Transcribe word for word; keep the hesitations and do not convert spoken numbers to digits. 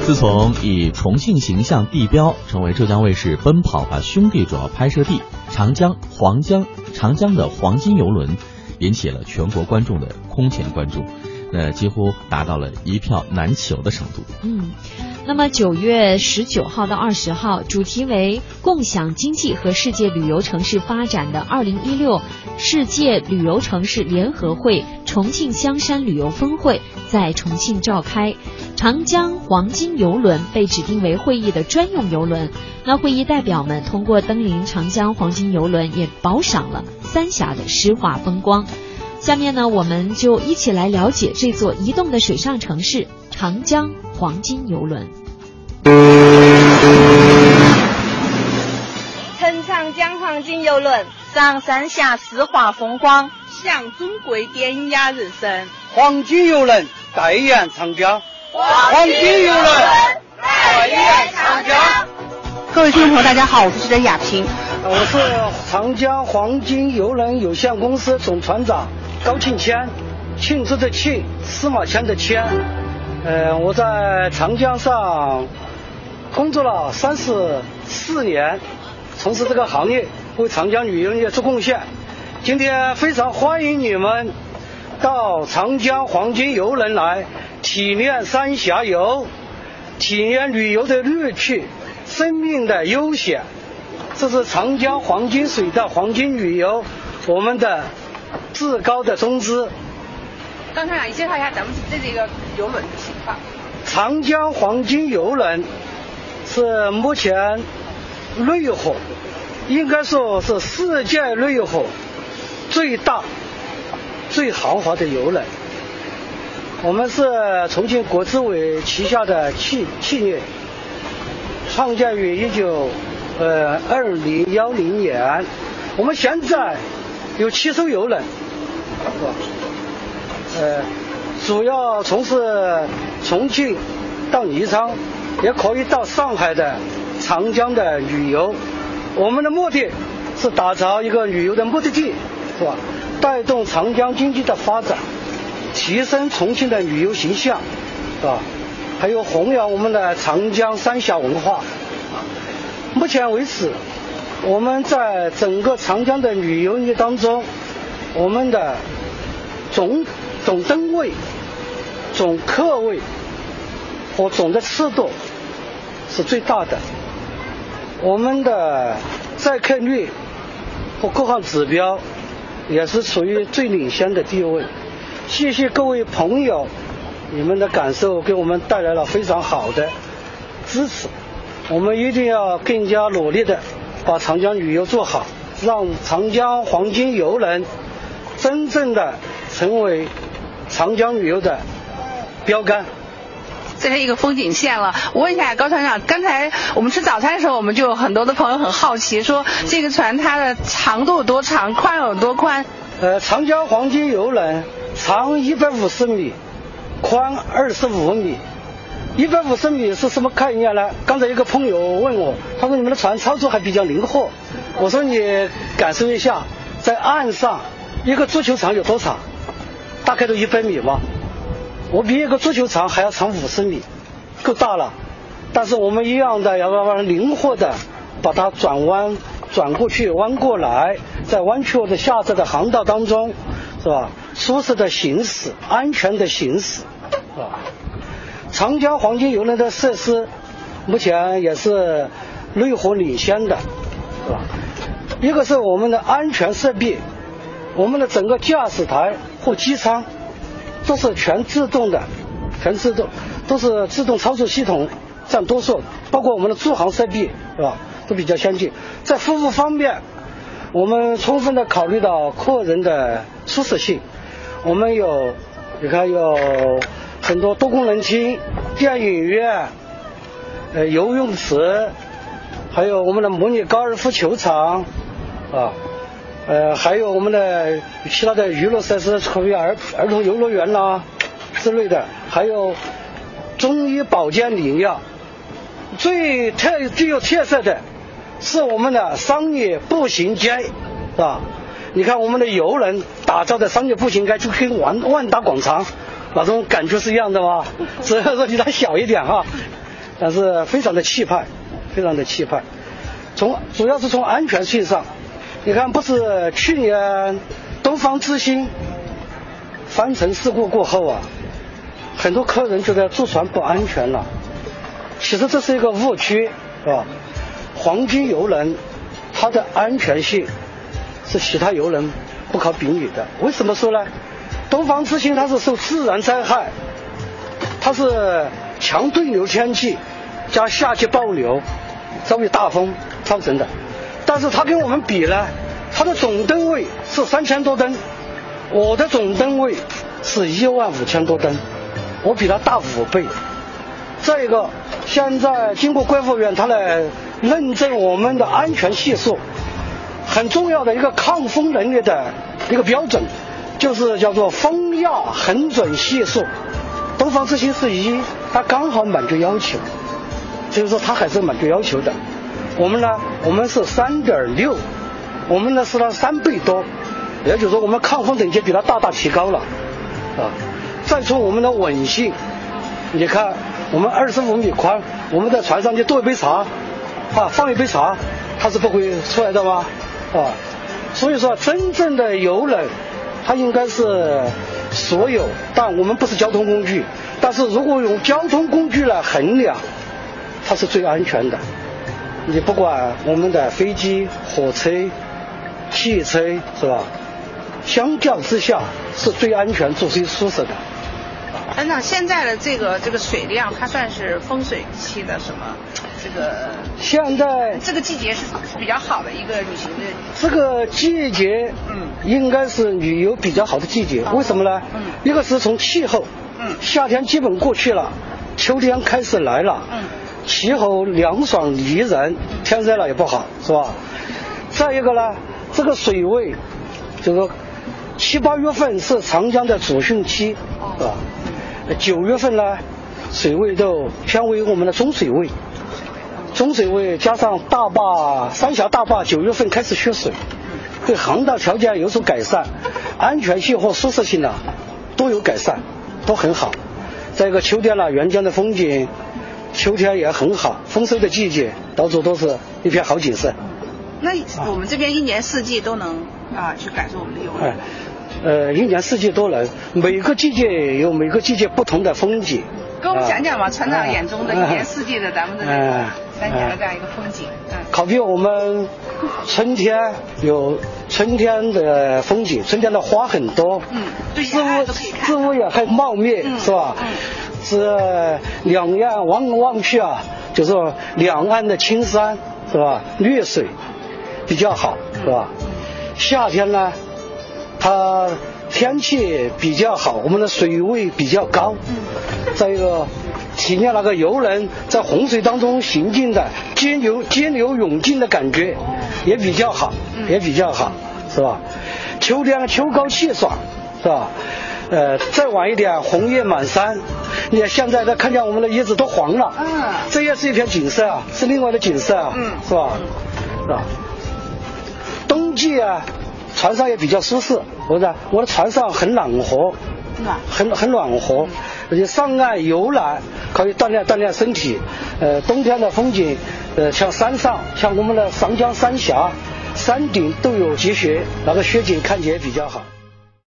自从以重庆形象地标成为浙江卫视《奔跑吧兄弟》主要拍摄地，长江、黄江、长江的黄金游轮引起了全国观众的空前关注，那几乎达到了一票难求的程度。 嗯，那么九月十九号到二十号，主题为共享经济和世界旅游城市发展的二零一六世界旅游城市联合会重庆香山旅游峰会在重庆召开。长江黄金游轮被指定为会议的专用游轮，那会议代表们通过登临长江黄金游轮，也饱赏了三峡的诗化风光。下面呢，我们就一起来了解这座移动的水上城市长江黄金游轮。 乘长江黄金游轮，赏三峡诗化风光，享中国典雅人生。 黄金游轮代言长江， 黄金游轮代言长江。 各位听众朋友，大家好，我是记者雅萍， 我是长江黄金游轮有限公司总船长高庆谦，庆祝的庆，司马迁的迁。呃，我在长江上工作了三十四年，从事这个行业，为长江旅游业做贡献。今天非常欢迎你们到长江黄金游轮来体验三峡游，体验旅游的乐趣，生命的悠闲。这是长江黄金水的黄金旅游我们的至高的宗旨。 刚才你介绍一下咱们这这个游轮的情况。 长江黄金游轮是目前内河，应该说是世界内河最大最豪华的游轮。我们是重庆国资委旗下的企企业，创建于一九呃二零幺零年。我们现在有七艘游轮，是吧？呃，主要从事重庆到宜昌，也可以到上海的长江的旅游。我们的目的是打造一个旅游的目的地，是吧？带动长江经济的发展，提升重庆的旅游形象，是吧？还有弘扬我们的长江三峡文化。目前为止，我们在整个长江的旅游业当中，我们的总总登位、总客位和总的次度是最大的。我们的载客率和各项指标也是处于最领先的地位。谢谢各位朋友，你们的感受给我们带来了非常好的支持。我们一定要更加努力的把长江旅游做好，让长江黄金游轮真正的成为长江旅游的标杆。 这是一个风景线了。我问一下高船长，刚才我们吃早餐的时候，我们就有很多的朋友很好奇，说这个船它的长度有多长，宽有多宽？ 呃，长江黄金游轮长一百五十米，宽二十五米。一百五十米是什么概念呢？刚才一个朋友问我，他说你们的船操作还比较灵活。我说你感受一下，在岸上一个足球场有多长？大概都一百米吧。我比一个足球场还要长五十米，够大了。但是我们一样的要要灵活的把它转弯转过去弯过来，在弯曲的下载的航道当中，是吧？舒适的行驶，安全的行驶，是吧？长江黄金游轮的设施目前也是内河领先的，是吧？一个是我们的安全设备，我们的整个驾驶台或机舱都是全自动的，全自动，都是自动操作系统占多数，包括我们的驻航设备，是吧？都比较先进。在服务方面，我们充分的考虑到客人的舒适性，我们有，你看有很多多功能厅、电影院、呃游泳池，还有我们的模拟高尔夫球场，啊，呃还有我们的其他的娱乐设施，可比儿儿童游乐园啦之类的，还有中医保健领药。最特具有特色的是我们的商业步行街，是吧？你看我们的游轮打造的商业步行街就跟万万达广场那种感觉是一样的吗？只是说比它小一点哈。 但是非常的气派，非常的气派。从主要是从安全性上，你看，不是去年东方之星翻沉事故过后啊，很多客人觉得坐船不安全了。其实这是一个误区，是吧？黄金邮轮它的安全性是其他邮轮不可比拟的。为什么说呢？东方之星它是受自然灾害，它是强对流天气加夏季暴流遭遇大风造成的，但是它跟我们比呢，它的总吨位是三千多吨，我的总吨位是一万五千多吨，我比它大五倍。再一个，现在经过国务院它来认证我们的安全系数，很重要的一个抗风能力的一个标准，就是叫做风压恒准系数。东方之星是一，它刚好满足要求，就是说它还是满足要求的。我们呢，我们是三点六，我们呢是它三倍多，也就是说我们抗风等级比它大大提高了啊。再从我们的稳性，你看我们二十五米宽，我们在船上就倒一杯茶啊，放一杯茶，它是不会出来的吗？啊，所以说真正的游轮它应该是所有，但我们不是交通工具，但是如果用交通工具来衡量，它是最安全的。你不管我们的飞机、火车、汽车，是吧？相较之下是最安全、最舒适的。 船长，现在的这个这个水量，它算是丰水期的什么？这个现在这个季节是比较好的一个旅行的。 这个季节，嗯，应该是旅游比较好的季节。为什么呢？嗯，一个是从气候，嗯，夏天基本过去了，秋天开始来了，嗯，气候凉爽宜人，天热了也不好，是吧？再一个呢，这个水位，就是说七八月份是长江的主汛期，是吧？九月份呢，水位都偏为我们的中水位，中水位加上大坝、三峡大坝九月份开始蓄水，对航道条件有所改善，安全性或舒适性呢都有改善，都很好。再一个秋天呢，沅江的风景，秋天也很好，丰收的季节，到处都是一片好景色。 那我们这边一年四季都能啊去感受我们的游轮。 呃，一年四季都能，每个季节有每个季节不同的风景。 跟我们讲讲吧，船长眼中的一年四季的咱们的这个三峡的这样一个风景。嗯， 好比我们春天有春天的风景，春天的花很多，嗯，植物植物也很茂密，嗯、是吧？嗯，是两岸望望去啊，就是两岸的青山，是吧？绿水比较好，是吧？嗯、夏天呢，它天气比较好，我们的水位比较高，嗯，再一个体验那个游人在洪水当中行进的激流激流勇进的感觉也比较好，也比较好，是吧？秋天秋高气爽，是吧？呃，再晚一点红叶满山，你看现在在看见我们的叶子都黄了，嗯，这也是一片景色啊，是另外的景色啊，嗯，是吧？是吧？冬季啊，船上也比较舒适，我的我的船上很暖和，很很暖和，而且上岸游览可以锻炼锻炼身体。呃，冬天的风景，呃，像山上，像我们的长江三峡，山顶都有积雪，那个雪景看起来比较好。